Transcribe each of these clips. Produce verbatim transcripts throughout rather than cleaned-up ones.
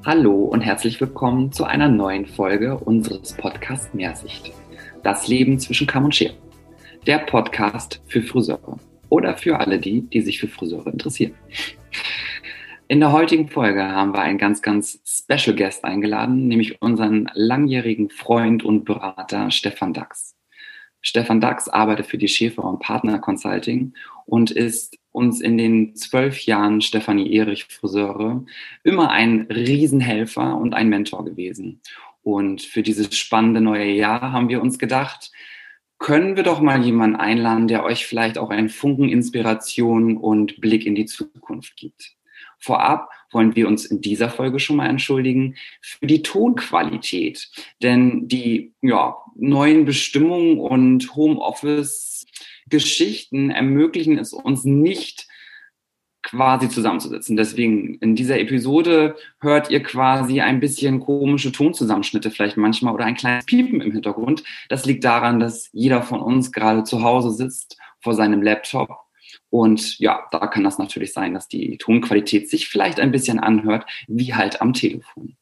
Hallo und herzlich willkommen zu einer neuen Folge unseres Podcasts Mehrsicht. Das Leben zwischen Kamm und Schere. Der Podcast für Friseure oder für alle die, die sich für Friseure interessieren. In der heutigen Folge haben wir einen ganz, ganz Special Guest eingeladen, nämlich unseren langjährigen Freund und Berater Stefan Dachs. Stefan Dachs arbeitet für die Schäfer und Partner Consulting und ist uns in den zwölf Jahren Stefanie Erich Friseure immer ein Riesenhelfer und ein Mentor gewesen. Und für dieses spannende neue Jahr haben wir uns gedacht, können wir doch mal jemanden einladen, der euch vielleicht auch einen Funken Inspiration und Blick in die Zukunft gibt. Vorab wollen wir uns in dieser Folge schon mal entschuldigen für die Tonqualität, denn die ja, neuen Bestimmungen und Homeoffice-Geschichten ermöglichen es uns nicht, quasi zusammenzusitzen. Deswegen in dieser Episode hört ihr quasi ein bisschen komische Tonzusammenschnitte vielleicht manchmal oder ein kleines Piepen im Hintergrund. Das liegt daran, dass jeder von uns gerade zu Hause sitzt vor seinem Laptop. Und ja, da kann das natürlich sein, dass die Tonqualität sich vielleicht ein bisschen anhört, wie halt am Telefon.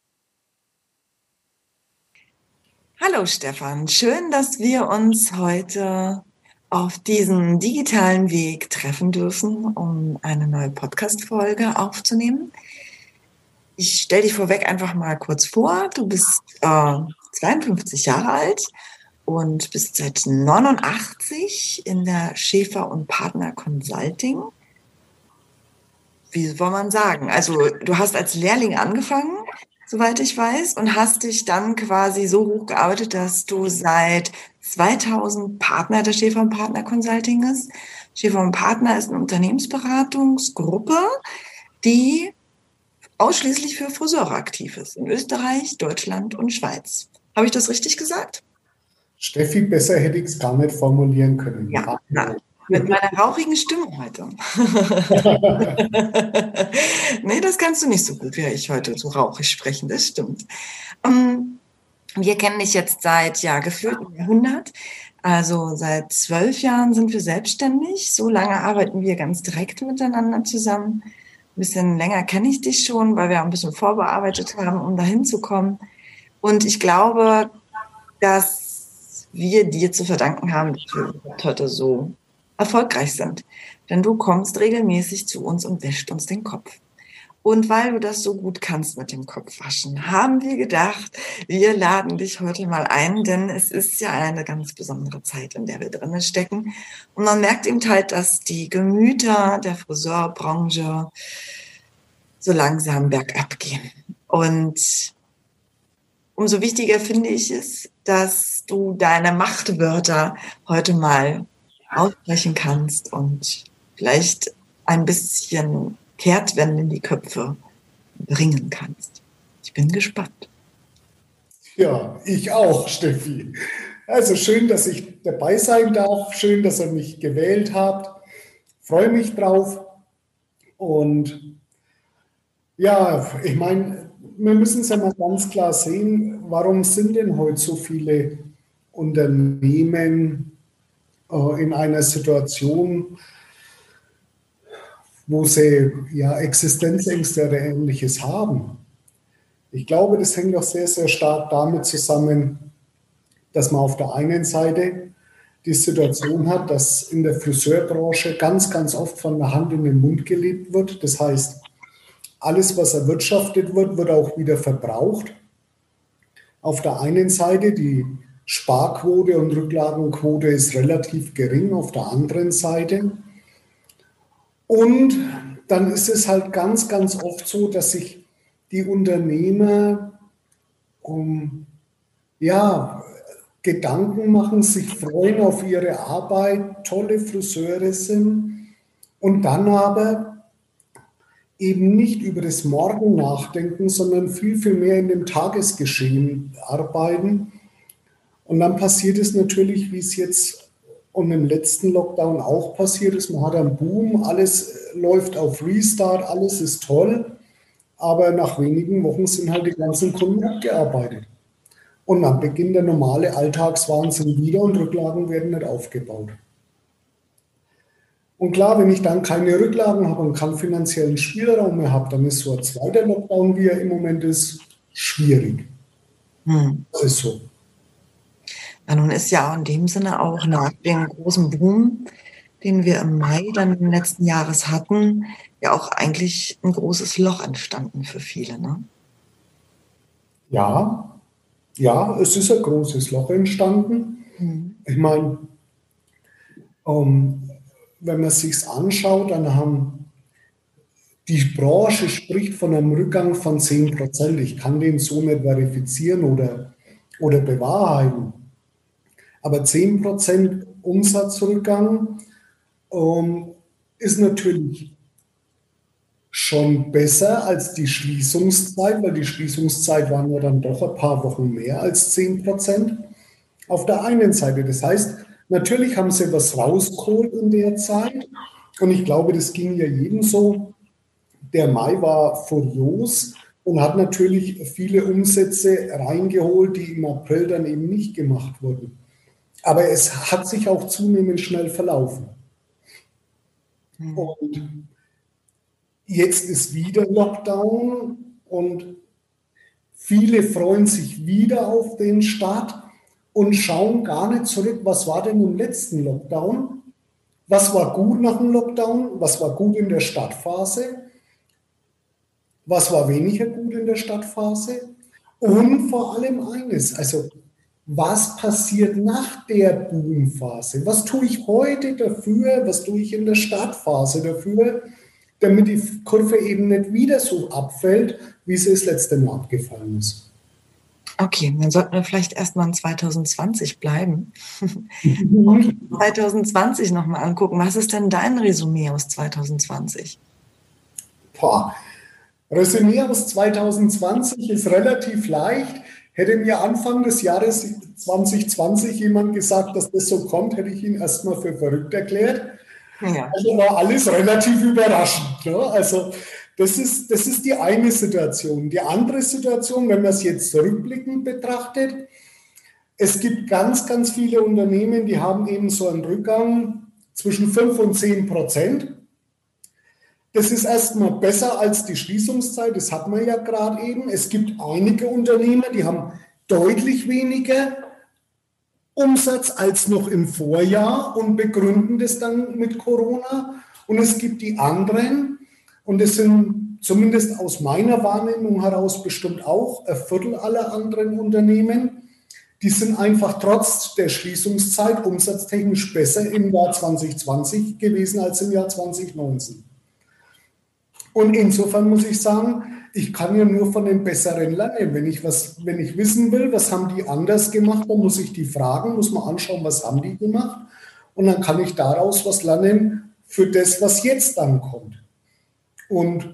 Hallo Stefan, schön, dass wir uns heute auf diesem digitalen Weg treffen dürfen, um eine neue Podcast-Folge aufzunehmen. Ich stelle dich vorweg einfach mal kurz vor. Du bist äh, zweiundfünfzig Jahre alt und bist seit neunundachtzig in der Schäfer und Partner Consulting. Wie soll man sagen? Also du hast als Lehrling angefangen, soweit ich weiß, und hast dich dann quasi so hochgearbeitet, dass du seit zweitausend Partner der Schäfer und Partner Consulting ist. Schäfer und Partner ist eine Unternehmensberatungsgruppe, die ausschließlich für Friseure aktiv ist, in Österreich, Deutschland und Schweiz. Habe ich das richtig gesagt? Steffi, besser hätte ich es gar nicht formulieren können. Ja, na, mit meiner rauchigen Stimme heute. Nee, das kannst du nicht so gut, wie ich heute so rauchig sprechen, das stimmt. Um, wir kennen dich jetzt seit, ja, gefühlt einem Jahrhundert. Also seit zwölf Jahren sind wir selbstständig. So lange arbeiten wir ganz direkt miteinander zusammen. Ein bisschen länger kenne ich dich schon, weil wir auch ein bisschen vorbearbeitet haben, um dahin zu kommen. Und ich glaube, dass wir dir zu verdanken haben, dass wir heute so erfolgreich sind. Denn du kommst regelmäßig zu uns und wäschst uns den Kopf. Und weil du das so gut kannst mit dem Kopfwaschen, haben wir gedacht, wir laden dich heute mal ein, denn es ist ja eine ganz besondere Zeit, in der wir drinnen stecken. Und man merkt eben halt, dass die Gemüter der Friseurbranche so langsam bergab gehen. Und umso wichtiger finde ich es, dass du deine Machtwörter heute mal aussprechen kannst und vielleicht ein bisschen Kehrtwende in die Köpfe bringen kannst. Ich bin gespannt. Ja, ich auch, Steffi. Also schön, dass ich dabei sein darf. Schön, dass ihr mich gewählt habt. Freue mich drauf. Und ja, ich meine, wir müssen es ja mal ganz klar sehen, warum sind denn heute so viele Unternehmen äh, in einer Situation, wo sie ja Existenzängste oder Ähnliches haben. Ich glaube, das hängt auch sehr, sehr stark damit zusammen, dass man auf der einen Seite die Situation hat, dass in der Friseurbranche ganz, ganz oft von der Hand in den Mund gelebt wird. Das heißt, alles, was erwirtschaftet wird, wird auch wieder verbraucht. Auf der einen Seite die Sparquote und Rücklagenquote ist relativ gering, auf der anderen Seite. Und dann ist es halt ganz, ganz oft so, dass sich die Unternehmer um, ja, Gedanken machen, sich freuen auf ihre Arbeit, tolle Friseure sind und dann aber eben nicht über das Morgen nachdenken, sondern viel, viel mehr in dem Tagesgeschehen arbeiten. Und dann passiert es natürlich, wie es jetzt und im letzten Lockdown auch passiert ist. Man hat einen Boom, alles läuft auf Restart, alles ist toll. Aber nach wenigen Wochen sind halt die ganzen Kunden abgearbeitet. Und dann beginnt der normale Alltagswahnsinn wieder und Rücklagen werden nicht aufgebaut. Und klar, wenn ich dann keine Rücklagen habe und keinen finanziellen Spielraum mehr habe, dann ist so ein zweiter Lockdown, wie er im Moment ist, schwierig. Hm. Das ist so. Ja, nun ist ja in dem Sinne auch nach dem großen Boom, den wir im Mai dann im letzten Jahres hatten, ja auch eigentlich ein großes Loch entstanden für viele, ne? Ja, ja, es ist ein großes Loch entstanden. Hm. Ich meine, um, wenn man sich anschaut, dann haben die Branche spricht von einem Rückgang von zehn Prozent. Ich kann den so nicht verifizieren oder, oder bewahrheiten. Aber zehn Prozent Umsatzrückgang ähm, ist natürlich schon besser als die Schließungszeit, weil die Schließungszeit waren ja dann doch ein paar Wochen mehr als zehn Prozent auf der einen Seite. Das heißt, natürlich haben sie was rausgeholt in der Zeit und ich glaube, das ging ja jedem so. Der Mai war furios und hat natürlich viele Umsätze reingeholt, die im April dann eben nicht gemacht wurden. Aber es hat sich auch zunehmend schnell verlaufen. Mhm. Und jetzt ist wieder Lockdown und viele freuen sich wieder auf den Start und schauen gar nicht zurück, was war denn im letzten Lockdown? Was war gut nach dem Lockdown? Was war gut in der Startphase? Was war weniger gut in der Startphase? Und vor allem eines, also was passiert nach der Boomphase? Was tue ich heute dafür? Was tue ich in der Startphase dafür, damit die Kurve eben nicht wieder so abfällt, wie sie das letzte Mal abgefallen ist? Okay, dann sollten wir vielleicht erstmal in zwanzig zwanzig bleiben. Und zwanzig zwanzig nochmal angucken. Was ist denn dein Resümee aus zwanzig zwanzig? Boah. Resümee aus zwanzig zwanzig ist relativ leicht. Hätte mir Anfang des Jahres zwanzig zwanzig jemand gesagt, dass das so kommt, hätte ich ihn erstmal für verrückt erklärt. Ja. Also war alles relativ überraschend. Ne? Also das ist, das ist die eine Situation. Die andere Situation, wenn man es jetzt rückblickend betrachtet, es gibt ganz, ganz viele Unternehmen, die haben eben so einen Rückgang zwischen fünf und zehn Prozent. Das ist erstmal besser als die Schließungszeit, das hat man ja gerade eben. Es gibt einige Unternehmen, die haben deutlich weniger Umsatz als noch im Vorjahr und begründen das dann mit Corona. Und es gibt die anderen, und das sind zumindest aus meiner Wahrnehmung heraus bestimmt auch ein Viertel aller anderen Unternehmen, die sind einfach trotz der Schließungszeit umsatztechnisch besser im Jahr zwanzig zwanzig gewesen als im Jahr zwanzig neunzehn. Und insofern muss ich sagen, ich kann ja nur von den Besseren lernen. Wenn ich, was, wenn ich wissen will, was haben die anders gemacht, dann muss ich die fragen, muss man anschauen, was haben die gemacht. Und dann kann ich daraus was lernen für das, was jetzt dann kommt. Und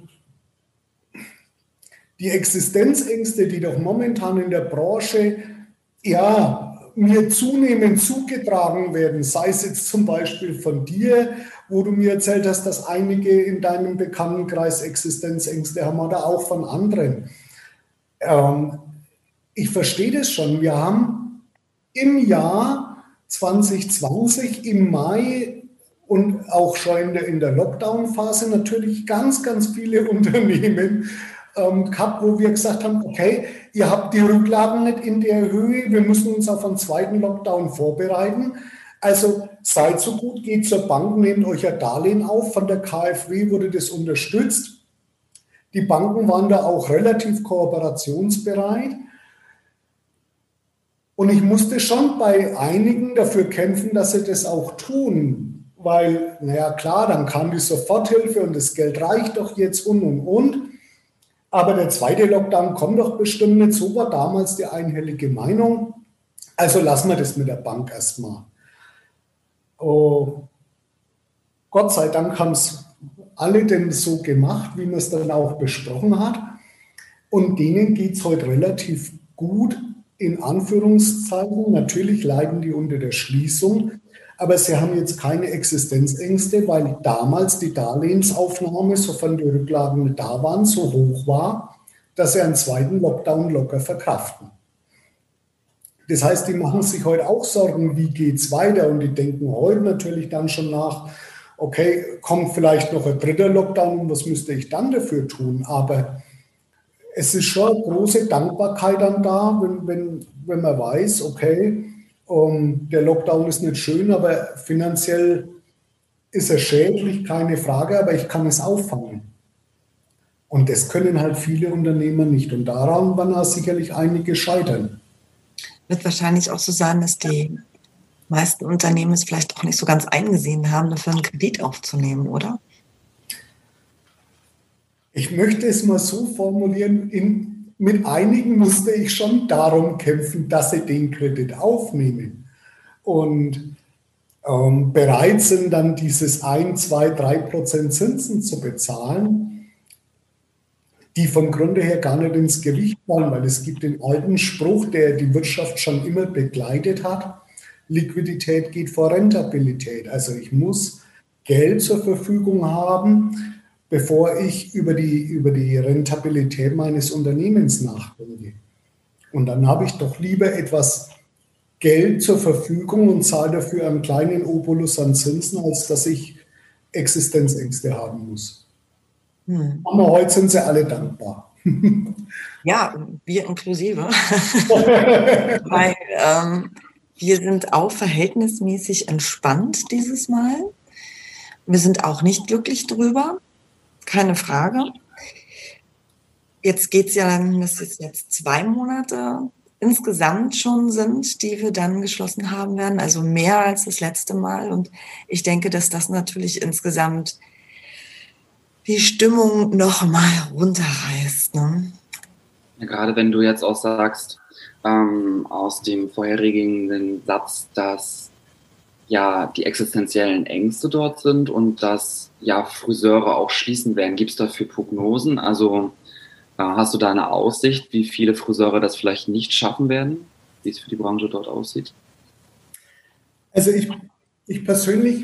die Existenzängste, die doch momentan in der Branche ja, mir zunehmend zugetragen werden, sei es jetzt zum Beispiel von dir, wo du mir erzählt hast, dass einige in deinem Bekanntenkreis Existenzängste haben oder auch von anderen. Ähm, ich verstehe das schon. Wir haben im Jahr zwanzig zwanzig, im Mai und auch schon in der, in der Lockdown-Phase natürlich ganz, ganz viele Unternehmen ähm, gehabt, wo wir gesagt haben, okay, ihr habt die Rücklagen nicht in der Höhe, wir müssen uns auf einen zweiten Lockdown vorbereiten. Also seid so gut, geht zur Bank, nehmt euch ein Darlehen auf. Von der K f W wurde das unterstützt. Die Banken waren da auch relativ kooperationsbereit. Und ich musste schon bei einigen dafür kämpfen, dass sie das auch tun. Weil, naja klar, dann kam die Soforthilfe und das Geld reicht doch jetzt und und und. Aber der zweite Lockdown kommt doch bestimmt nicht. So war damals die einhellige Meinung. Also lassen wir das mit der Bank erstmal. Oh, Gott sei Dank haben es alle denn so gemacht, wie man es dann auch besprochen hat. Und denen geht es heute relativ gut, in Anführungszeichen. Natürlich leiden die unter der Schließung, aber sie haben jetzt keine Existenzängste, weil damals die Darlehensaufnahme, sofern die Rücklagen nicht da waren, so hoch war, dass sie einen zweiten Lockdown locker verkraften. Das heißt, die machen sich heute auch Sorgen, wie geht es weiter? Und die denken heute natürlich dann schon nach, okay, kommt vielleicht noch ein dritter Lockdown und was müsste ich dann dafür tun? Aber es ist schon eine große Dankbarkeit dann da, wenn, wenn, wenn man weiß, okay, um, der Lockdown ist nicht schön, aber finanziell ist er schädlich, keine Frage, aber ich kann es auffangen. Und das können halt viele Unternehmer nicht. Und daran werden auch sicherlich einige scheitern. Wird wahrscheinlich auch so sein, dass die meisten Unternehmen es vielleicht auch nicht so ganz eingesehen haben, dafür einen Kredit aufzunehmen, oder? Ich möchte es mal so formulieren, in, mit einigen musste ich schon darum kämpfen, dass sie den Kredit aufnehmen und ähm, bereit sind, dann dieses ein, zwei, drei Prozent Zinsen zu bezahlen, die vom Grunde her gar nicht ins Gewicht fallen, weil es gibt den alten Spruch, der die Wirtschaft schon immer begleitet hat: Liquidität geht vor Rentabilität. Also ich muss Geld zur Verfügung haben, bevor ich über die, über die Rentabilität meines Unternehmens nachdenke. Und dann habe ich doch lieber etwas Geld zur Verfügung und zahle dafür einen kleinen Obolus an Zinsen, als dass ich Existenzängste haben muss. Hm. Aber heute sind sie alle dankbar. Ja, wir inklusive. Weil ähm, wir sind auch verhältnismäßig entspannt dieses Mal. Wir sind auch nicht glücklich drüber. Keine Frage. Jetzt geht es ja dann, dass es jetzt zwei Monate insgesamt schon sind, die wir dann geschlossen haben werden, also mehr als das letzte Mal. Und ich denke, dass das natürlich insgesamt die Stimmung noch mal runterreißt. Ne? Ja, gerade wenn du jetzt auch sagst, ähm, aus dem vorherigen Satz, dass ja die existenziellen Ängste dort sind und dass ja Friseure auch schließen werden. Gibt es dafür Prognosen? Also äh, hast du da eine Aussicht, wie viele Friseure das vielleicht nicht schaffen werden, wie es für die Branche dort aussieht? Also ich, ich persönlich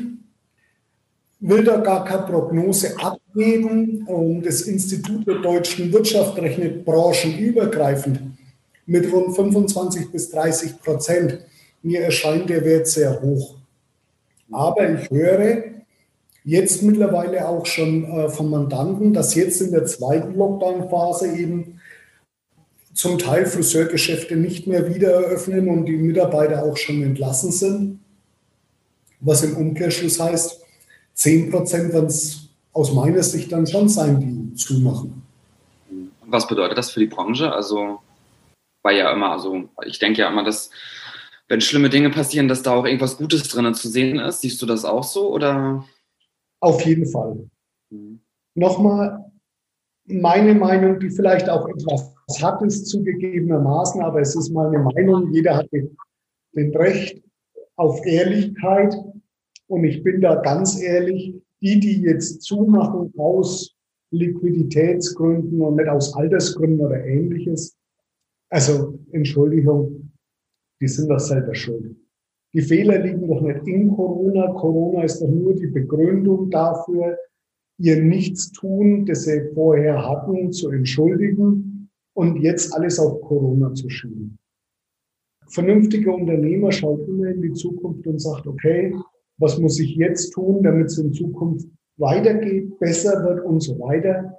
will da gar keine Prognose abgeben. Und das Institut der deutschen Wirtschaft rechnet branchenübergreifend mit rund fünfundzwanzig bis dreißig Prozent. Mir erscheint der Wert sehr hoch. Aber ich höre jetzt mittlerweile auch schon äh, von Mandanten, dass jetzt in der zweiten Lockdown-Phase eben zum Teil Friseurgeschäfte nicht mehr wieder eröffnen und die Mitarbeiter auch schon entlassen sind. Was im Umkehrschluss heißt, zehn Prozent werden es aus meiner Sicht dann schon sein, die zumachen. Was bedeutet das für die Branche? Also, weil ja immer, also ich denke ja immer, dass wenn schlimme Dinge passieren, dass da auch irgendwas Gutes drin zu sehen ist. Siehst du das auch so, oder? Auf jeden Fall. Mhm. Nochmal meine Meinung, die vielleicht auch etwas hat, ist zugegebenermaßen, aber es ist meine Meinung. Jeder hat den Recht auf Ehrlichkeit. Und ich bin da ganz ehrlich, die, die jetzt zumachen aus Liquiditätsgründen und nicht aus Altersgründen oder Ähnliches, also Entschuldigung, die sind doch selber schuld. Die Fehler liegen doch nicht in Corona. Corona ist doch nur die Begründung dafür, ihr Nichtstun, das sie vorher hatten, zu entschuldigen und jetzt alles auf Corona zu schieben. Vernünftige Unternehmer schaut immer in die Zukunft und sagt, okay, was muss ich jetzt tun, damit es in Zukunft weitergeht, besser wird und so weiter.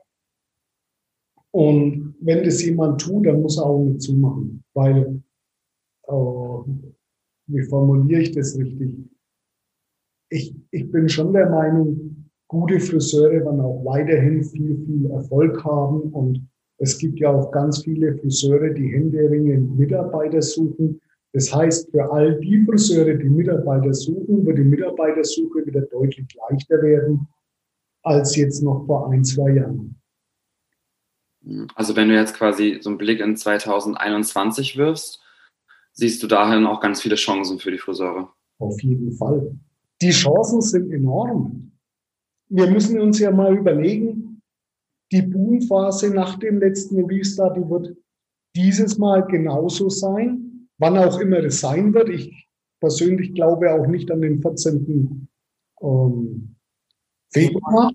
Und wenn das jemand tut, dann muss er auch nicht zumachen, weil Uh, wie formuliere ich das richtig? Ich, ich bin schon der Meinung, gute Friseure werden auch weiterhin viel, viel Erfolg haben. Und es gibt ja auch ganz viele Friseure, die händeringend Mitarbeiter suchen. Das heißt, für all die Friseure, die Mitarbeiter suchen, wird die Mitarbeitersuche wieder deutlich leichter werden als jetzt noch vor ein, zwei Jahren. Also wenn du jetzt quasi so einen Blick in zwanzig einundzwanzig wirfst, siehst du dahin auch ganz viele Chancen für die Friseure? Auf jeden Fall. Die Chancen sind enorm. Wir müssen uns ja mal überlegen, die Boomphase nach dem letzten Restart, die wird dieses Mal genauso sein, wann auch immer es sein wird. Ich persönlich glaube auch nicht an den vierzehnten Ähm, Februar.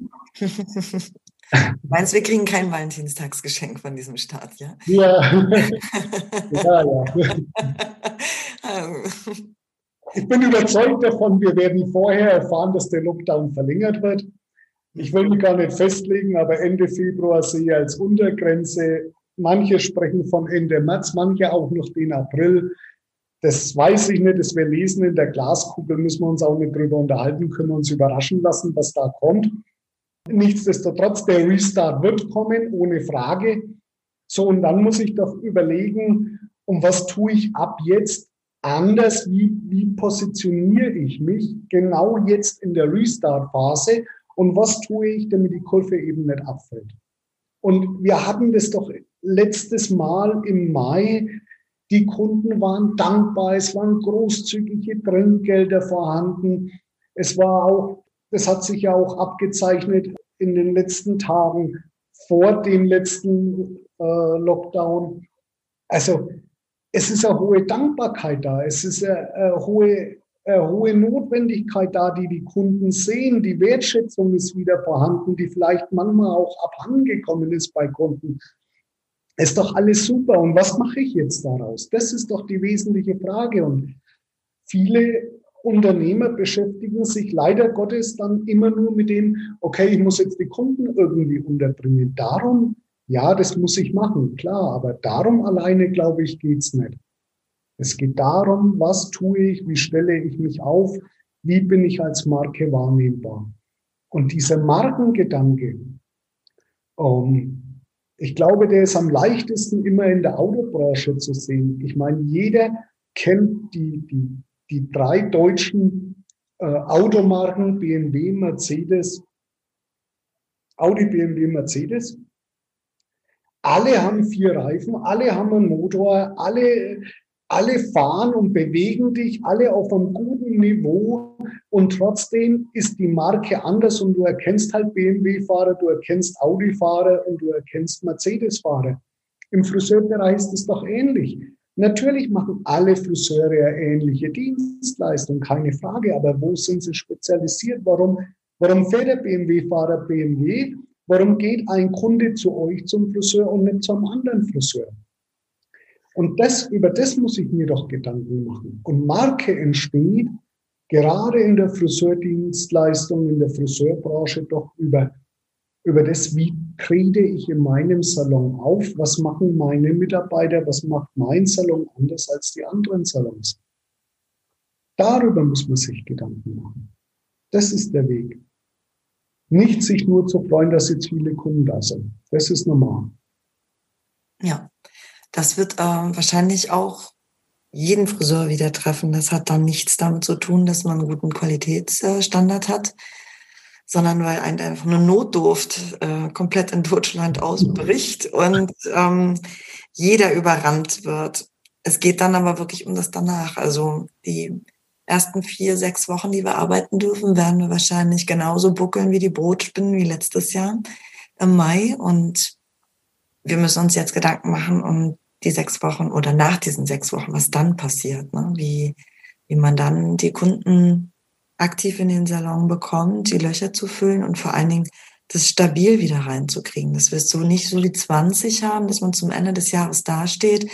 Du meinst, wir kriegen kein Valentinstagsgeschenk von diesem Start, ja? Ja, ja, ja. ich bin überzeugt davon, wir werden vorher erfahren, dass der Lockdown verlängert wird. Ich will mich gar nicht festlegen, aber Ende Februar sehe ich als Untergrenze. Manche sprechen von Ende März, manche auch noch den April. Das weiß ich nicht, das wir lesen in der Glaskugel, müssen wir uns auch nicht drüber unterhalten, können wir uns überraschen lassen, was da kommt. Nichtsdestotrotz, der Restart wird kommen, ohne Frage. So, und dann muss ich doch überlegen, um was tue ich ab jetzt anders, wie, wie positioniere ich mich genau jetzt in der Restart-Phase und was tue ich, damit die Kurve eben nicht abfällt. Und wir hatten das doch letztes Mal im Mai, die Kunden waren dankbar, es waren großzügige Trinkgelder vorhanden. Es war auch, das hat sich ja auch abgezeichnet in den letzten Tagen vor dem letzten äh, Lockdown. Also es ist eine hohe Dankbarkeit da, es ist eine, eine, hohe, eine hohe Notwendigkeit da, die die Kunden sehen. Die Wertschätzung ist wieder vorhanden, die vielleicht manchmal auch abhandengekommen ist bei Kunden. Ist doch alles super. Und was mache ich jetzt daraus? Das ist doch die wesentliche Frage. Und viele Unternehmer beschäftigen sich leider Gottes dann immer nur mit dem, okay, ich muss jetzt die Kunden irgendwie unterbringen. Darum, ja, das muss ich machen, klar. Aber darum alleine, glaube ich, geht's nicht. Es geht darum, was tue ich, wie stelle ich mich auf, wie bin ich als Marke wahrnehmbar. Und dieser Markengedanke, um, ich glaube, der ist am leichtesten immer in der Autobranche zu sehen. Ich meine, jeder kennt die, die, die drei deutschen äh, Automarken, B M W, Mercedes, Audi, B M W, Mercedes. Alle haben vier Reifen, alle haben einen Motor, alle, alle fahren und bewegen dich, alle auf einem guten Niveau. Und trotzdem ist die Marke anders und du erkennst halt B M W-Fahrer, du erkennst Audi-Fahrer und du erkennst Mercedes-Fahrer. Im Friseurbereich ist es doch ähnlich. Natürlich machen alle Friseure eine ähnliche Dienstleistung, keine Frage. Aber wo sind sie spezialisiert? Warum, warum fährt der B M W-Fahrer B M W? Warum geht ein Kunde zu euch zum Friseur und nicht zu einem anderen Friseur? Und das, über das muss ich mir doch Gedanken machen. Und Marke entsteht gerade in der Friseurdienstleistung, in der Friseurbranche doch über, über das, wie trete ich in meinem Salon auf, was machen meine Mitarbeiter, was macht mein Salon anders als die anderen Salons. Darüber muss man sich Gedanken machen. Das ist der Weg. Nicht sich nur zu freuen, dass jetzt viele Kunden da sind. Das ist normal. Ja, das wird äh, wahrscheinlich auch jeden Friseur wieder treffen. Das hat dann nichts damit zu tun, dass man einen guten Qualitätsstandard hat, sondern weil einfach eine Notdurft äh, komplett in Deutschland ausbricht und ähm, jeder überrannt wird. Es geht dann aber wirklich um das danach. Also die ersten vier, sechs Wochen, die wir arbeiten dürfen, werden wir wahrscheinlich genauso buckeln wie die Brotspinnen wie letztes Jahr im Mai. Und wir müssen uns jetzt Gedanken machen um die sechs Wochen oder nach diesen sechs Wochen, was dann passiert, ne? Wie, wie man dann die Kunden aktiv in den Salon bekommt, die Löcher zu füllen und vor allen Dingen das stabil wieder reinzukriegen. Das wirst du nicht so wie zwanzig haben, dass man zum Ende des Jahres dasteht.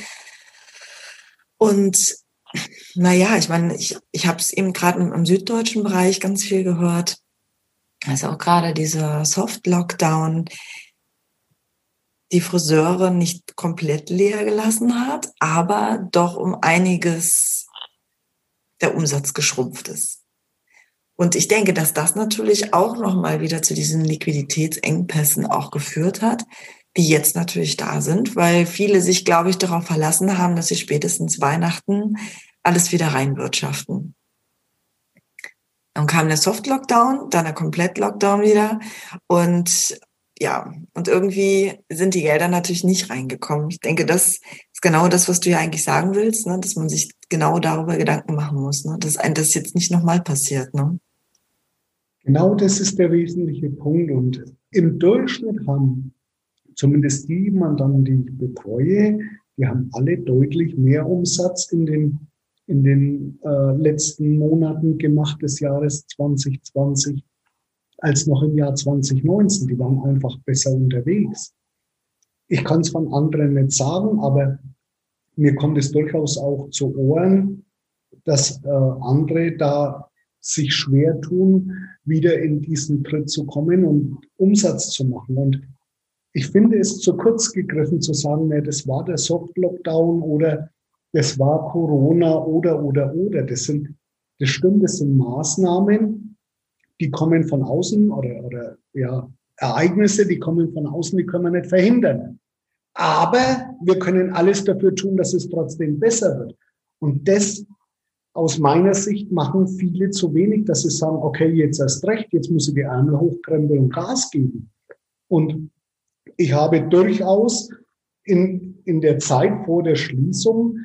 Und naja, ich meine, ich, ich habe es eben gerade im, im süddeutschen Bereich ganz viel gehört. Also auch gerade dieser Soft-Lockdown, die Friseure nicht komplett leer gelassen hat, aber doch um einiges der Umsatz geschrumpft ist. Und ich denke, dass das natürlich auch nochmal wieder zu diesen Liquiditätsengpässen auch geführt hat, die jetzt natürlich da sind, weil viele sich, glaube ich, darauf verlassen haben, dass sie spätestens Weihnachten alles wieder reinwirtschaften. Dann kam der Soft-Lockdown, dann der Komplett-Lockdown wieder und ja, und irgendwie sind die Gelder natürlich nicht reingekommen. Ich denke, das ist genau das, was du ja eigentlich sagen willst, ne? Dass man sich genau darüber Gedanken machen muss, ne? Dass einem das jetzt nicht nochmal passiert. Ne? Genau das ist der wesentliche Punkt. Und im Durchschnitt haben zumindest die Mandanten, die ich betreue, die haben alle deutlich mehr Umsatz in den, in den äh, letzten Monaten gemacht des Jahres zwanzig zwanzig. Als noch im Jahr zwanzig neunzehn. Die waren einfach besser unterwegs. Ich kann es von anderen nicht sagen, aber mir kommt es durchaus auch zu Ohren, dass äh, andere da sich schwer tun, wieder in diesen Tritt zu kommen und Umsatz zu machen. Und ich finde es zu kurz gegriffen zu sagen, ne, das war der Soft-Lockdown oder das war Corona oder, oder, oder. Das sind, das stimmt, das sind Maßnahmen, die kommen von außen oder, oder ja, Ereignisse, die kommen von außen, die können wir nicht verhindern. Aber wir können alles dafür tun, dass es trotzdem besser wird. Und das aus meiner Sicht machen viele zu wenig, dass sie sagen, okay, jetzt erst recht, jetzt muss ich die Ärmel hochkrempeln und Gas geben. Und ich habe durchaus in, in der Zeit vor der Schließung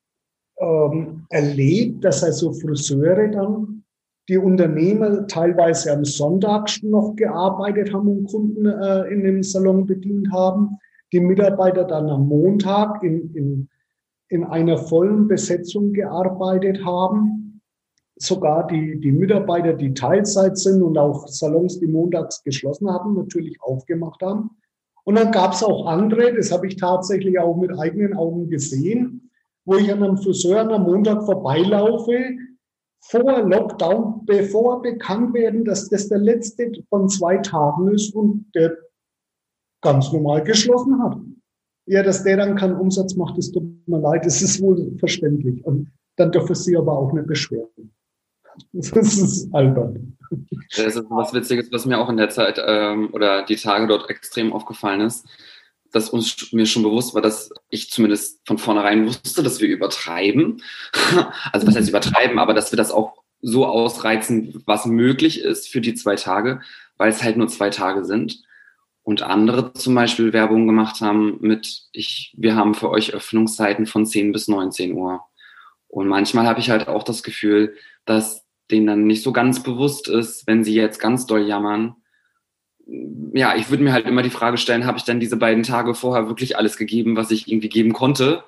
ähm, erlebt, dass also Friseure dann, die Unternehmer teilweise am Sonntag noch gearbeitet haben und Kunden äh, in dem Salon bedient haben, die Mitarbeiter dann am Montag in, in, in einer vollen Besetzung gearbeitet haben. Sogar die, die Mitarbeiter, die Teilzeit sind und auch Salons, die montags geschlossen haben, natürlich aufgemacht haben. Und dann gab es auch andere, das habe ich tatsächlich auch mit eigenen Augen gesehen, wo ich an einem Friseur am Montag vorbeilaufe, vor Lockdown, bevor bekannt werden, dass das der letzte von zwei Tagen ist und der ganz normal geschlossen hat. Ja, dass der dann keinen Umsatz macht, das tut mir leid, das ist wohl verständlich. Und dann dürfen sie aber auch nicht beschweren. Das ist albern. Das ist was Witziges, was mir auch in der Zeit ähm, oder die Tage dort extrem aufgefallen ist, dass uns mir schon bewusst war, dass ich zumindest von vornherein wusste, dass wir übertreiben. Also was heißt übertreiben, aber dass wir das auch so ausreizen, was möglich ist für die zwei Tage, weil es halt nur zwei Tage sind. Und andere zum Beispiel Werbung gemacht haben mit, ich, wir haben für euch Öffnungszeiten von zehn bis neunzehn Uhr. Und manchmal habe ich halt auch das Gefühl, dass denen dann nicht so ganz bewusst ist, wenn sie jetzt ganz doll jammern. Ja, ich würde mir halt immer die Frage stellen, habe ich dann diese beiden Tage vorher wirklich alles gegeben, was ich irgendwie geben konnte?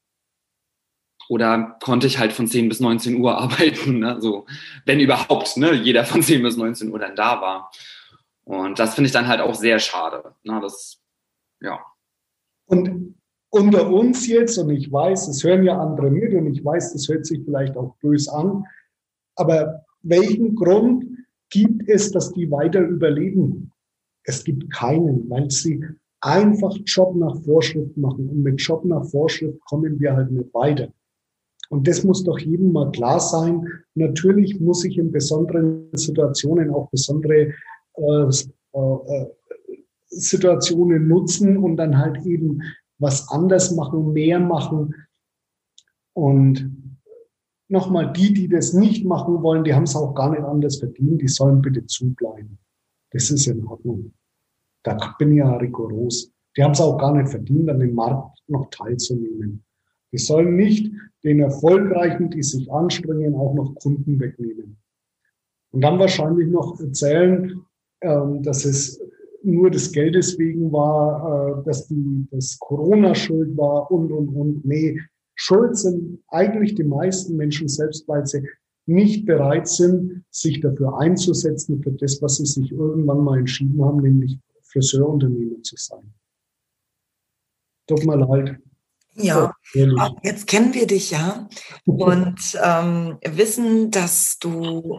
Oder konnte ich halt von zehn bis neunzehn Uhr arbeiten? Ne? So, wenn überhaupt, ne? Jeder von zehn bis neunzehn Uhr dann da war. Und das finde ich dann halt auch sehr schade. Ne? Das, ja. Und unter uns jetzt, und ich weiß, es hören ja andere mit und ich weiß, das hört sich vielleicht auch böse an, aber welchen Grund gibt es, dass die weiter überleben? Es gibt keinen, weil sie einfach Job nach Vorschrift machen. Und mit Job nach Vorschrift kommen wir halt nicht weiter. Und das muss doch jedem mal klar sein. Natürlich muss ich in besonderen Situationen auch besondere äh, äh, Situationen nutzen und dann halt eben was anders machen, mehr machen. Und nochmal, die, die das nicht machen wollen, die haben es auch gar nicht anders verdient, die sollen bitte zubleiben. Das ist in Ordnung. Da bin ich ja rigoros. Die haben es auch gar nicht verdient, an dem Markt noch teilzunehmen. Die sollen nicht den Erfolgreichen, die sich anstrengen, auch noch Kunden wegnehmen. Und dann wahrscheinlich noch erzählen, dass es nur des Geldes wegen war, dass die, dass Corona schuld war und, und, und. Nee, schuld sind eigentlich die meisten Menschen selbst, weil sie nicht bereit sind, sich dafür einzusetzen, für das, was sie sich irgendwann mal entschieden haben, nämlich Friseurunternehmer zu sein. Tut mir leid. Ja, oh, jetzt kennen wir dich ja und ähm, wissen, dass du,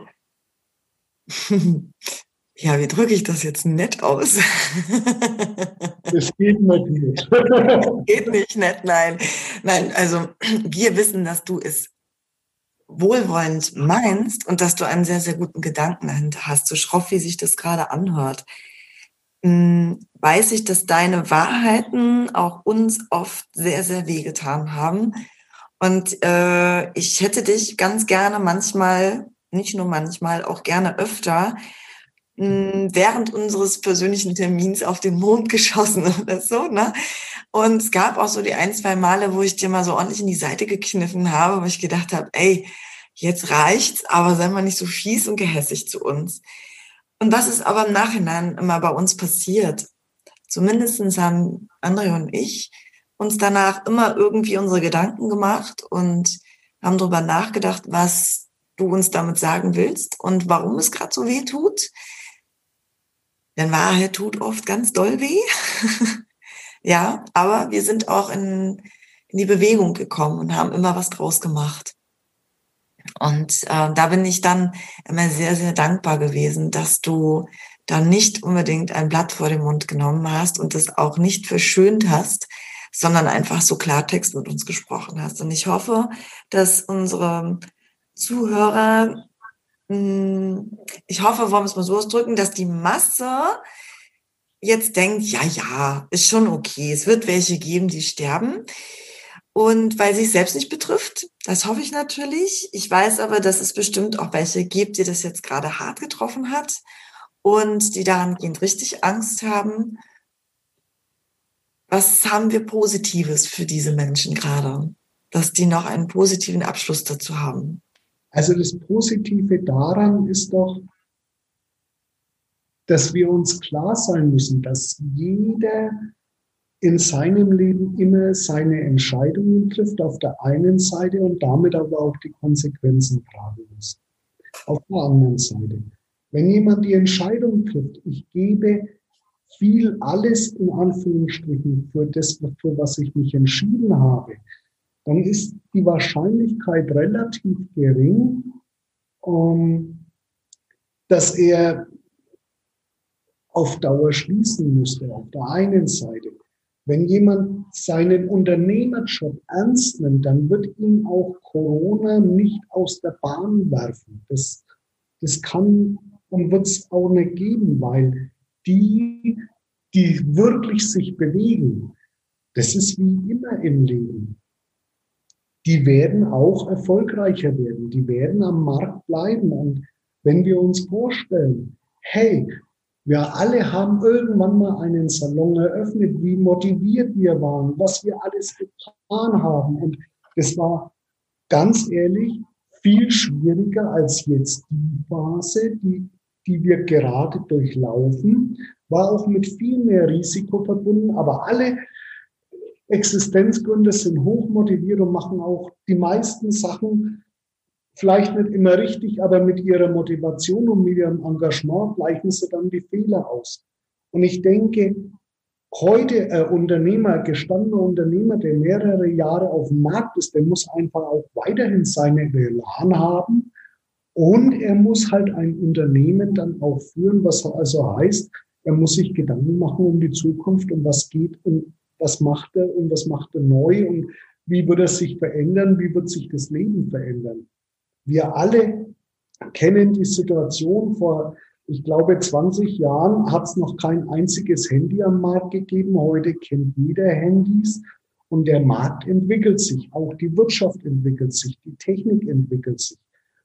ja, wie drücke ich das jetzt nett aus? Das geht nicht. Geht nicht nett, nein. Nein, also wir wissen, dass du es wohlwollend meinst und dass du einen sehr, sehr guten Gedanken dahinter hast, so schroff, wie sich das gerade anhört. Weiß ich, dass deine Wahrheiten auch uns oft sehr, sehr wehgetan haben. Und äh, ich hätte dich ganz gerne manchmal, nicht nur manchmal, auch gerne öfter, mh, während unseres persönlichen Termins auf den Mond geschossen oder so, ne? Und es gab auch so die ein, zwei Male, wo ich dir mal so ordentlich in die Seite gekniffen habe, wo ich gedacht habe, ey, jetzt reicht's, aber sei mal nicht so fies und gehässig zu uns. Und was ist aber im Nachhinein immer bei uns passiert? Zumindest haben André und ich uns danach immer irgendwie unsere Gedanken gemacht und haben darüber nachgedacht, was du uns damit sagen willst und warum es gerade so weh tut. Denn Wahrheit tut oft ganz doll weh. Ja, aber wir sind auch in, in die Bewegung gekommen und haben immer was draus gemacht. Und äh, da bin ich dann immer sehr, sehr dankbar gewesen, dass du dann nicht unbedingt ein Blatt vor den Mund genommen hast und es auch nicht verschönt hast, sondern einfach so Klartext mit uns gesprochen hast. Und ich hoffe, dass unsere Zuhörer, ich hoffe, wollen wir es mal so ausdrücken, dass die Masse jetzt denkt, ja, ja, ist schon okay. Es wird welche geben, die sterben. Und weil sie es selbst nicht betrifft, das hoffe ich natürlich. Ich weiß aber, dass es bestimmt auch welche gibt, die das jetzt gerade hart getroffen hat und die dahingehend richtig Angst haben. Was haben wir Positives für diese Menschen gerade, dass die noch einen positiven Abschluss dazu haben? Also das Positive daran ist doch, dass wir uns klar sein müssen, dass jeder in seinem Leben immer seine Entscheidungen trifft auf der einen Seite und damit aber auch die Konsequenzen tragen muss. Auf der anderen Seite. Wenn jemand die Entscheidung trifft, ich gebe viel alles in Anführungsstrichen für das, für was ich mich entschieden habe, dann ist die Wahrscheinlichkeit relativ gering, dass er auf Dauer schließen müsste, auf der einen Seite. Wenn jemand seinen Unternehmerjob ernst nimmt, dann wird ihn auch Corona nicht aus der Bahn werfen. Das, das kann und wird es auch nicht geben, weil die, die wirklich sich bewegen, das ist wie immer im Leben. Die werden auch erfolgreicher werden, die werden am Markt bleiben. Und wenn wir uns vorstellen, hey, wir alle haben irgendwann mal einen Salon eröffnet, wie motiviert wir waren, was wir alles getan haben. Und das war ganz ehrlich viel schwieriger als jetzt die Phase, die, die wir gerade durchlaufen, war auch mit viel mehr Risiko verbunden. Aber alle Existenzgründer sind hochmotiviert und machen auch die meisten Sachen vielleicht nicht immer richtig, aber mit ihrer Motivation und mit ihrem Engagement gleichen sie dann die Fehler aus. Und ich denke, heute ein Unternehmer, gestandener Unternehmer, der mehrere Jahre auf dem Markt ist, der muss einfach auch weiterhin seine Elan haben und er muss halt ein Unternehmen dann auch führen, was also heißt, er muss sich Gedanken machen um die Zukunft und was geht und was macht er und was macht er neu und wie wird er sich verändern, wie wird sich das Leben verändern. Wir alle kennen die Situation. Vor, ich glaube, zwanzig Jahren hat es noch kein einziges Handy am Markt gegeben. Heute kennt jeder Handys und der Markt entwickelt sich. Auch die Wirtschaft entwickelt sich, die Technik entwickelt sich.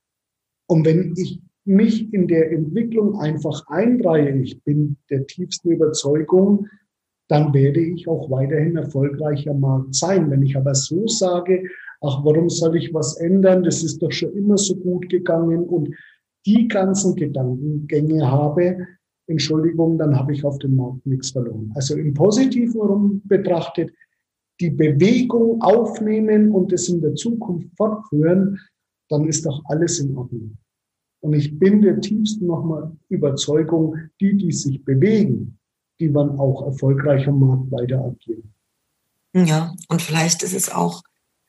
Und wenn ich mich in der Entwicklung einfach einreihe, ich bin der tiefsten Überzeugung, dann werde ich auch weiterhin erfolgreicher Markt sein. Wenn ich aber so sage, ach, warum soll ich was ändern? Das ist doch schon immer so gut gegangen und die ganzen Gedankengänge habe, Entschuldigung, dann habe ich auf dem Markt nichts verloren. Also im Positiven herum betrachtet, die Bewegung aufnehmen und es in der Zukunft fortführen, dann ist doch alles in Ordnung. Und ich bin der tiefsten nochmal Überzeugung, die, die sich bewegen, die werden auch erfolgreich am Markt weiter agieren. Ja, und vielleicht ist es auch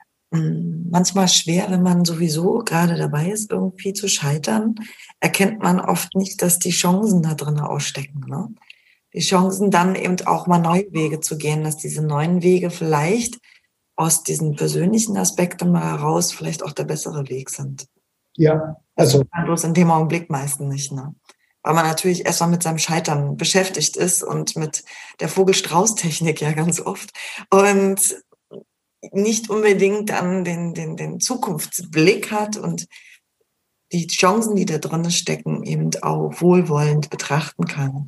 manchmal schwer, wenn man sowieso gerade dabei ist, irgendwie zu scheitern, erkennt man oft nicht, dass die Chancen da drin ausstecken. Ne? Die Chancen dann eben auch mal neue Wege zu gehen, dass diese neuen Wege vielleicht aus diesen persönlichen Aspekten mal heraus vielleicht auch der bessere Weg sind. Ja, also. Das bloß in dem Augenblick meistens nicht, ne? Weil man natürlich erstmal mit seinem Scheitern beschäftigt ist und mit der Vogel-Strauß-Technik ja ganz oft. Und nicht unbedingt dann den, den, den Zukunftsblick hat und die Chancen, die da drin stecken, eben auch wohlwollend betrachten kann.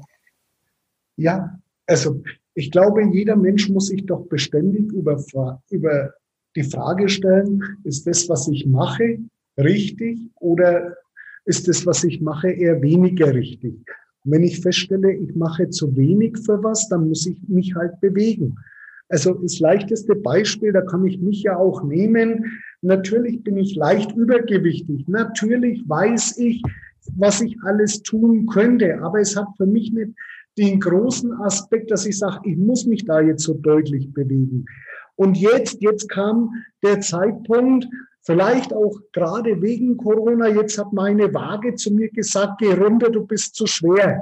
Ja, also ich glaube, jeder Mensch muss sich doch beständig über, über die Frage stellen, ist das, was ich mache, richtig oder ist das, was ich mache, eher weniger richtig? Und wenn ich feststelle, ich mache zu wenig für was, dann muss ich mich halt bewegen. Also das leichteste Beispiel, da kann ich mich ja auch nehmen. Natürlich bin ich leicht übergewichtig. Natürlich weiß ich, was ich alles tun könnte. Aber es hat für mich nicht den großen Aspekt, dass ich sage, ich muss mich da jetzt so deutlich bewegen. Und jetzt, jetzt kam der Zeitpunkt, Vielleicht auch gerade wegen Corona, jetzt hat meine Waage zu mir gesagt, geh runter, du bist zu schwer.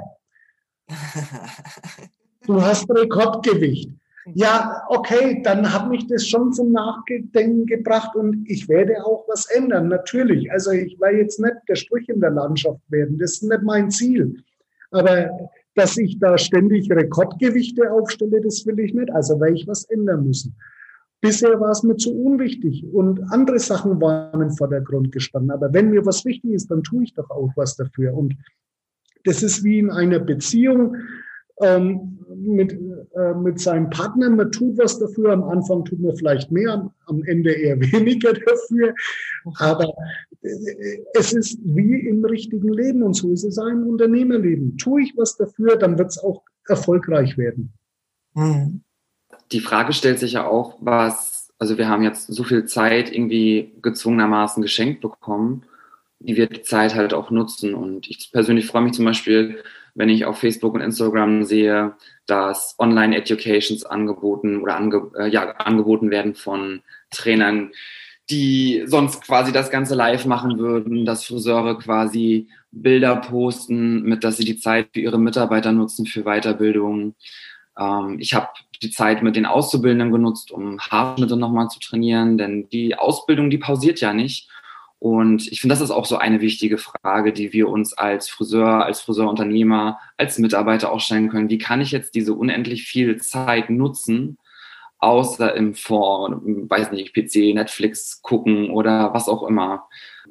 Du hast Rekordgewicht. Ja, okay, dann hat mich das schon zum Nachdenken gebracht und ich werde auch was ändern, natürlich. Also ich will jetzt nicht der Strich in der Landschaft werden, das ist nicht mein Ziel. Aber dass ich da ständig Rekordgewichte aufstelle, das will ich nicht. Also werde ich was ändern müssen. Bisher war es mir zu unwichtig und andere Sachen waren im Vordergrund gestanden. Aber wenn mir was wichtig ist, dann tue ich doch auch was dafür. Und das ist wie in einer Beziehung ähm, mit, äh, mit seinem Partner. Man tut was dafür. Am Anfang tut man vielleicht mehr, am, am Ende eher weniger dafür. Aber äh, es ist wie im richtigen Leben und so ist es auch im Unternehmerleben. Tue ich was dafür, dann wird es auch erfolgreich werden. Hm. Die Frage stellt sich ja auch, was, also wir haben jetzt so viel Zeit irgendwie gezwungenermaßen geschenkt bekommen, die wir die Zeit halt auch nutzen. Und ich persönlich freue mich zum Beispiel, wenn ich auf Facebook und Instagram sehe, dass Online-Educations angeboten oder ange, äh, ja, angeboten werden von Trainern, die sonst quasi das Ganze live machen würden, dass Friseure quasi Bilder posten, mit dass sie die Zeit für ihre Mitarbeiter nutzen für Weiterbildung. Ähm, ich habe die Zeit mit den Auszubildenden genutzt, um Haarschnitte nochmal zu trainieren, denn die Ausbildung, die pausiert ja nicht. Und ich finde, das ist auch so eine wichtige Frage, die wir uns als Friseur, als Friseurunternehmer, als Mitarbeiter auch stellen können. Wie kann ich jetzt diese unendlich viel Zeit nutzen, außer im Vor, weiß nicht, P C, Netflix gucken oder was auch immer.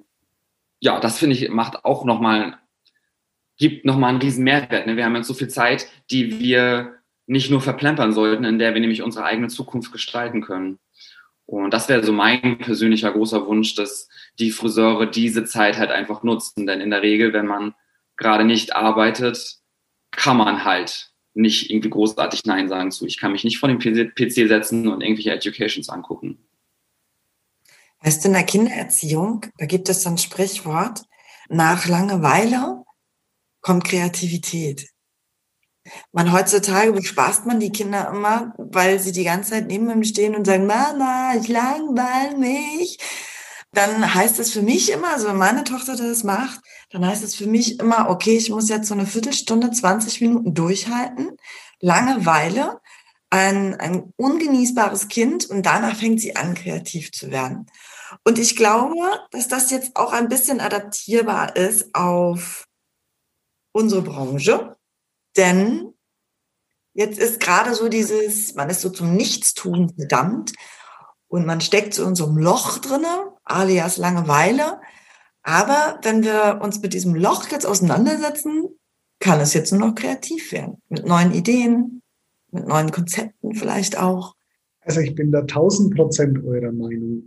Ja, das finde ich, macht auch nochmal, gibt nochmal einen riesen Mehrwert. Ne? Wir haben jetzt so viel Zeit, die wir nicht nur verplempern sollten, in der wir nämlich unsere eigene Zukunft gestalten können. Und das wäre so mein persönlicher großer Wunsch, dass die Friseure diese Zeit halt einfach nutzen. Denn in der Regel, wenn man gerade nicht arbeitet, kann man halt nicht irgendwie großartig Nein sagen zu. Ich kann mich nicht vor den P C setzen und irgendwelche Educations angucken. Weißt du, in der Kindererziehung, da gibt es so ein Sprichwort, nach Langeweile kommt Kreativität. Man, heutzutage bespaßt man die Kinder immer, weil sie die ganze Zeit neben ihm stehen und sagen, Mama, ich langweile mich. Dann heißt es für mich immer, also wenn meine Tochter das macht, dann heißt es für mich immer, okay, ich muss jetzt so eine Viertelstunde, zwanzig Minuten durchhalten. Langeweile, ein, ein ungenießbares Kind und danach fängt sie an, kreativ zu werden. Und ich glaube, dass das jetzt auch ein bisschen adaptierbar ist auf unsere Branche. Denn jetzt ist gerade so dieses, man ist so zum Nichtstun verdammt und man steckt so in so einem Loch drinne, alias Langeweile. Aber wenn wir uns mit diesem Loch jetzt auseinandersetzen, kann es jetzt nur noch kreativ werden. Mit neuen Ideen, mit neuen Konzepten vielleicht auch. Also ich bin da tausend Prozent eurer Meinung.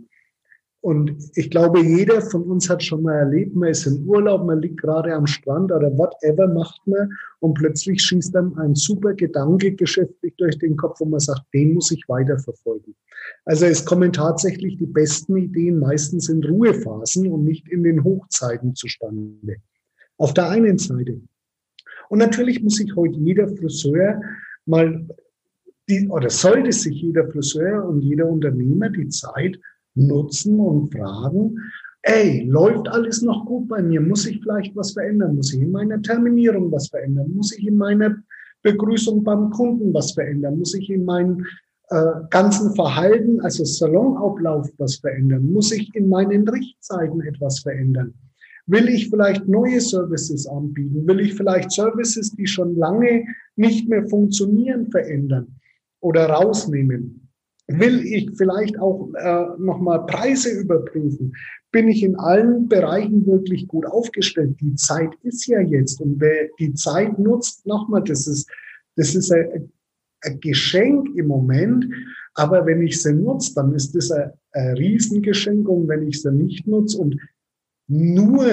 Und ich glaube, jeder von uns hat schon mal erlebt, man ist im Urlaub, man liegt gerade am Strand oder whatever macht man und plötzlich schießt einem ein super Gedanke geschäftlich durch den Kopf, wo man sagt, den muss ich weiterverfolgen. Also es kommen tatsächlich die besten Ideen meistens in Ruhephasen und nicht in den Hochzeiten zustande. Auf der einen Seite. Und natürlich muss sich heute jeder Friseur mal, die, oder sollte sich jeder Friseur und jeder Unternehmer die Zeit nutzen und fragen, ey, läuft alles noch gut bei mir? Muss ich vielleicht was verändern? Muss ich in meiner Terminierung was verändern? Muss ich in meiner Begrüßung beim Kunden was verändern? Muss ich in meinem äh, ganzen Verhalten, also Salonablauf, was verändern? Muss ich in meinen Richtzeiten etwas verändern? Will ich vielleicht neue Services anbieten? Will ich vielleicht Services, die schon lange nicht mehr funktionieren, verändern oder rausnehmen? Will ich vielleicht auch äh, nochmal Preise überprüfen? Bin ich in allen Bereichen wirklich gut aufgestellt? Die Zeit ist ja jetzt und wer die Zeit nutzt, nochmal, das ist, das ist ein, ein Geschenk im Moment, aber wenn ich sie nutze, dann ist das ein, ein Riesengeschenk und wenn ich sie nicht nutze und nur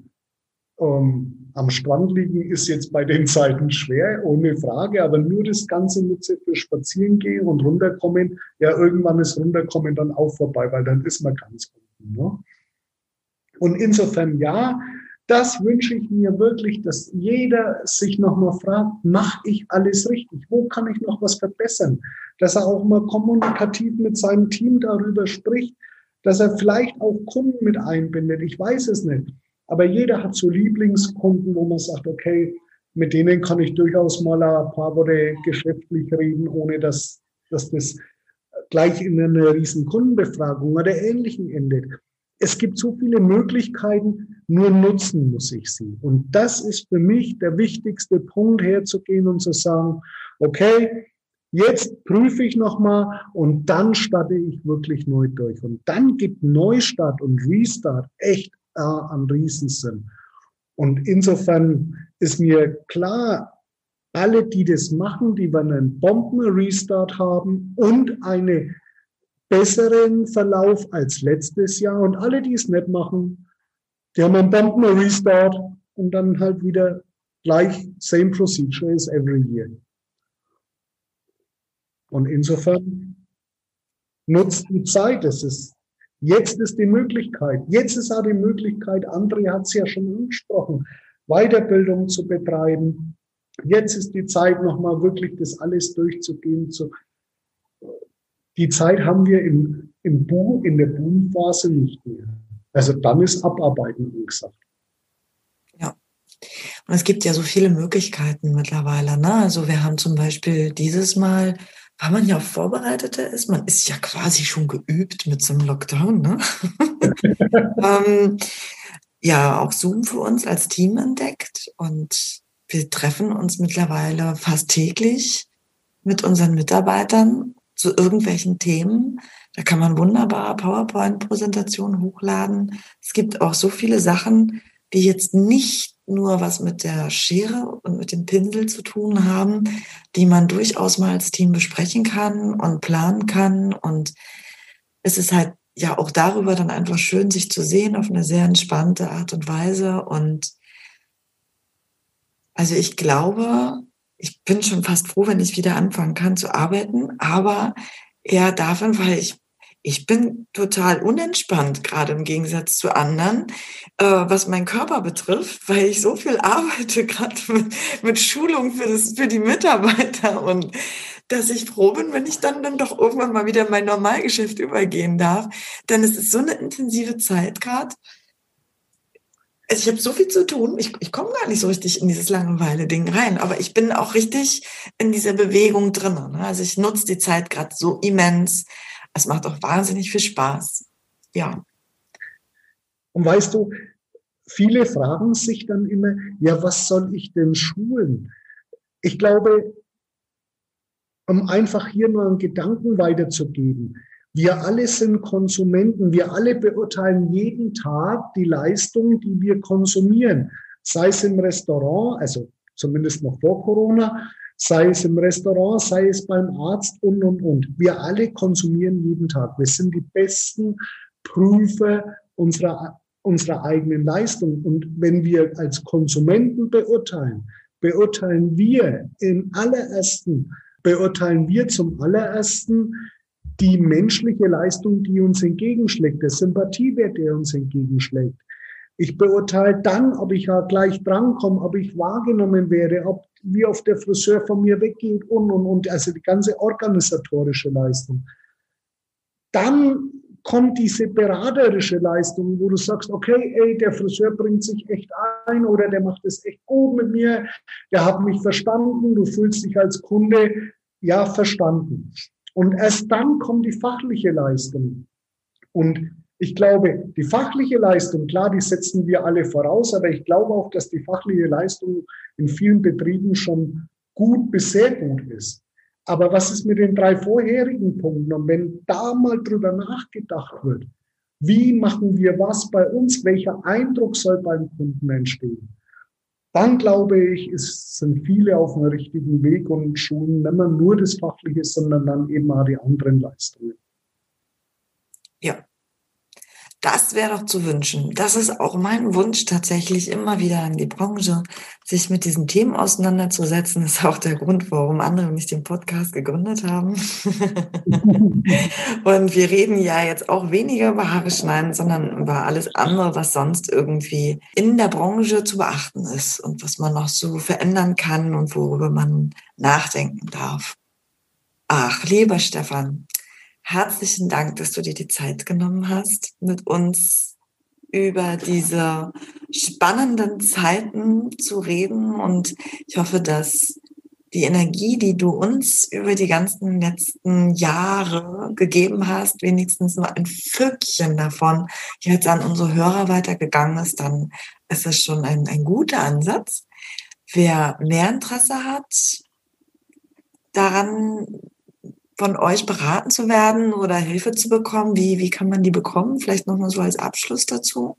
ähm, am Strand liegen ist jetzt bei den Zeiten schwer, ohne Frage, aber nur das Ganze nutze für Spazierengehen und runterkommen. Ja, irgendwann ist runterkommen dann auch vorbei, weil dann ist man ganz unten. Ne? Und insofern, ja, das wünsche ich mir wirklich, dass jeder sich nochmal fragt, mache ich alles richtig? Wo kann ich noch was verbessern? Dass er auch mal kommunikativ mit seinem Team darüber spricht, dass er vielleicht auch Kunden mit einbindet. Ich weiß es nicht. Aber jeder hat so Lieblingskunden, wo man sagt, okay, mit denen kann ich durchaus mal ein paar Worte geschäftlich reden, ohne dass, dass das gleich in einer riesen Kundenbefragung oder Ähnlichem endet. Es gibt so viele Möglichkeiten, nur nutzen muss ich sie. Und das ist für mich der wichtigste Punkt, herzugehen und zu sagen, okay, jetzt prüfe ich nochmal und dann starte ich wirklich neu durch. Und dann gibt Neustart und Restart echt äh, einen Riesensinn. Und insofern ist mir klar, alle, die das machen, die werden einen Bomben-Restart haben und einen besseren Verlauf als letztes Jahr. Und alle, die es nicht machen, die haben einen Bomben-Restart und dann halt wieder gleich same procedure as every year. Und insofern nutzt die Zeit. Es ist, jetzt ist die Möglichkeit. Jetzt ist auch die Möglichkeit, André hat es ja schon angesprochen, Weiterbildung zu betreiben. Jetzt ist die Zeit, nochmal wirklich das alles durchzugehen. Die Zeit haben wir im, im Boom, in der Boomphase nicht mehr. Also dann ist Abarbeiten angesagt. Ja. Und es gibt ja so viele Möglichkeiten mittlerweile. Ne? Also wir haben zum Beispiel dieses Mal, weil man ja auch vorbereiteter ist, man ist ja quasi schon geübt mit so einem Lockdown. Ne? ähm, ja, auch Zoom für uns als Team entdeckt und wir treffen uns mittlerweile fast täglich mit unseren Mitarbeitern zu irgendwelchen Themen. Da kann man wunderbar PowerPoint-Präsentationen hochladen. Es gibt auch so viele Sachen, die jetzt nicht nur was mit der Schere und mit dem Pinsel zu tun haben, die man durchaus mal als Team besprechen kann und planen kann. Und es ist halt ja auch darüber dann einfach schön, sich zu sehen auf eine sehr entspannte Art und Weise. Und also ich glaube, ich bin schon fast froh, wenn ich wieder anfangen kann zu arbeiten, aber eher davon, weil ich ich bin total unentspannt, gerade im Gegensatz zu anderen, äh, was meinen Körper betrifft, weil ich so viel arbeite, gerade mit, mit Schulung für, das, für die Mitarbeiter und dass ich froh bin, wenn ich dann, dann doch irgendwann mal wieder in mein Normalgeschäft übergehen darf. Denn es ist so eine intensive Zeit gerade. Also ich habe so viel zu tun, ich, ich komme gar nicht so richtig in dieses Langeweile-Ding rein, aber ich bin auch richtig in dieser Bewegung drin. Ne? Also ich nutze die Zeit gerade so immens. Es macht auch wahnsinnig viel Spaß. Ja. Und weißt du, viele fragen sich dann immer, ja, was soll ich denn schulen? Ich glaube, um einfach hier nur einen Gedanken weiterzugeben, wir alle sind Konsumenten, wir alle beurteilen jeden Tag die Leistung, die wir konsumieren, sei es im Restaurant, also zumindest noch vor Corona, sei es im Restaurant, sei es beim Arzt und, und, und. Wir alle konsumieren jeden Tag. Wir sind die besten Prüfer unserer, unserer eigenen Leistung. Und wenn wir als Konsumenten beurteilen, beurteilen wir im allerersten, beurteilen wir zum allerersten die menschliche Leistung, die uns entgegenschlägt, der Sympathiewert, der uns entgegenschlägt. Ich beurteile dann, ob ich ja gleich drankomme, ob ich wahrgenommen werde, ob wie oft der Friseur von mir weggeht und, und, und, also die ganze organisatorische Leistung. Dann kommt diese beraterische Leistung, wo du sagst, okay, ey, der Friseur bringt sich echt ein oder der macht es echt gut mit mir, der hat mich verstanden, du fühlst dich als Kunde, ja, verstanden. Und erst dann kommt die fachliche Leistung. Und ich glaube, die fachliche Leistung, klar, die setzen wir alle voraus, aber ich glaube auch, dass die fachliche Leistung in vielen Betrieben schon gut bis sehr gut ist. Aber was ist mit den drei vorherigen Punkten? Und wenn da mal drüber nachgedacht wird, wie machen wir was bei uns, welcher Eindruck soll beim Kunden entstehen, dann glaube ich, es sind viele auf dem richtigen Weg und schulen nicht mehr nur das Fachliche, sondern dann eben auch die anderen Leistungen. Ja. Das wäre doch zu wünschen. Das ist auch mein Wunsch tatsächlich immer wieder an die Branche, sich mit diesen Themen auseinanderzusetzen. Das ist auch der Grund, warum andere nicht den Podcast gegründet haben. Und wir reden ja jetzt auch weniger über Haare schneiden, sondern über alles andere, was sonst irgendwie in der Branche zu beachten ist und was man noch so verändern kann und worüber man nachdenken darf. Ach, lieber Stefan, herzlichen Dank, dass du dir die Zeit genommen hast, mit uns über diese spannenden Zeiten zu reden. Und ich hoffe, dass die Energie, die du uns über die ganzen letzten Jahre gegeben hast, wenigstens nur ein Fünkchen davon jetzt an unsere Hörer weitergegangen ist, dann ist das schon ein, ein guter Ansatz. Wer mehr Interesse hat, daran von euch beraten zu werden oder Hilfe zu bekommen, wie, wie kann man die bekommen? Vielleicht nochmal so als Abschluss dazu.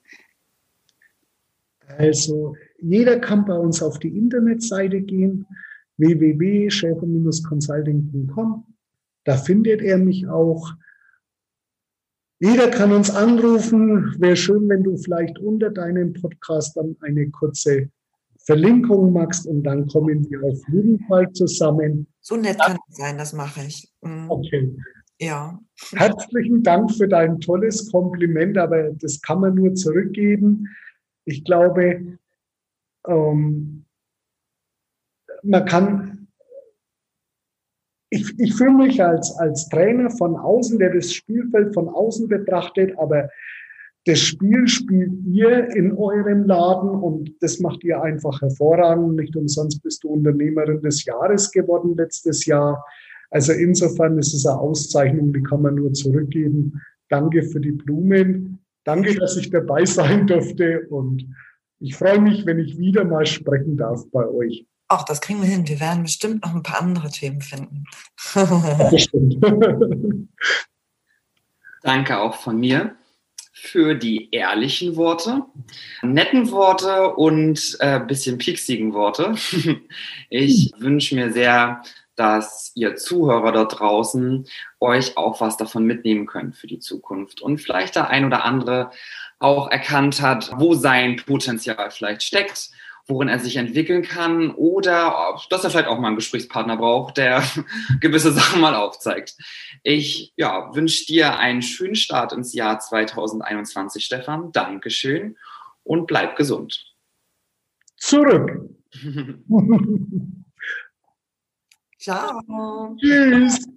Also jeder kann bei uns auf die Internetseite gehen, w w w punkt schäfer Bindestrich consulting punkt com. Da findet er mich auch. Jeder kann uns anrufen. Wäre schön, wenn du vielleicht unter deinem Podcast dann eine kurze Verlinkung machst und dann kommen wir auf jeden Fall zusammen. So nett kann es sein, das mache ich. Mhm. Okay. Ja. Herzlichen Dank für dein tolles Kompliment, aber das kann man nur zurückgeben. Ich glaube, ähm, man kann, ich, ich fühle mich als, als Trainer von außen, der das Spielfeld von außen betrachtet, aber das Spiel spielt ihr in eurem Laden und das macht ihr einfach hervorragend. Nicht umsonst bist du Unternehmerin des Jahres geworden letztes Jahr. Also insofern ist es eine Auszeichnung, die kann man nur zurückgeben. Danke für die Blumen. Danke, dass ich dabei sein durfte und ich freue mich, wenn ich wieder mal sprechen darf bei euch. Ach, das kriegen wir hin. Wir werden bestimmt noch ein paar andere Themen finden. Bestimmt. Danke auch von mir für die ehrlichen Worte, netten Worte und ein äh, bisschen pieksigen Worte. Ich wünsche mir sehr, dass ihr Zuhörer dort draußen euch auch was davon mitnehmen könnt für die Zukunft und vielleicht der ein oder andere auch erkannt hat, wo sein Potenzial vielleicht steckt, worin er sich entwickeln kann oder dass er vielleicht auch mal einen Gesprächspartner braucht, der gewisse Sachen mal aufzeigt. Ich ja, wünsche dir einen schönen Start ins Jahr zwanzig einundzwanzig, Stefan. Dankeschön und bleib gesund. Zurück. Ciao. Tschüss.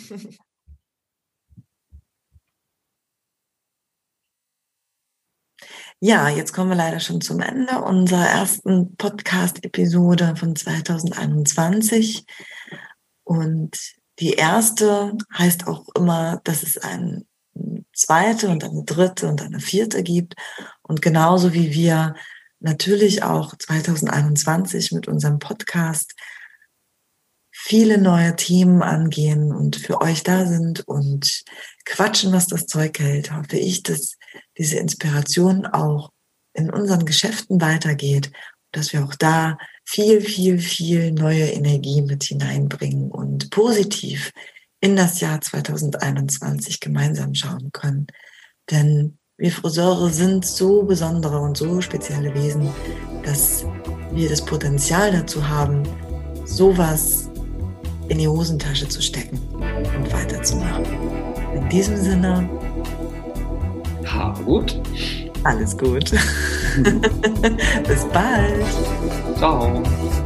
Ja, jetzt kommen wir leider schon zum Ende unserer ersten Podcast-Episode von zwanzig einundzwanzig. Und die erste heißt auch immer, dass es eine zweite und eine dritte und eine vierte gibt. Und genauso wie wir natürlich auch zwanzig einundzwanzig mit unserem Podcast viele neue Themen angehen und für euch da sind und quatschen, was das Zeug hält, hoffe ich, dass diese Inspiration auch in unseren Geschäften weitergeht, dass wir auch da viel, viel, viel neue Energie mit hineinbringen und positiv in das Jahr zwanzig einundzwanzig gemeinsam schauen können. Denn wir Friseure sind so besondere und so spezielle Wesen, dass wir das Potenzial dazu haben, sowas in die Hosentasche zu stecken und weiterzumachen. In diesem Sinne, habe gut. Alles gut. Bis bald. Ciao.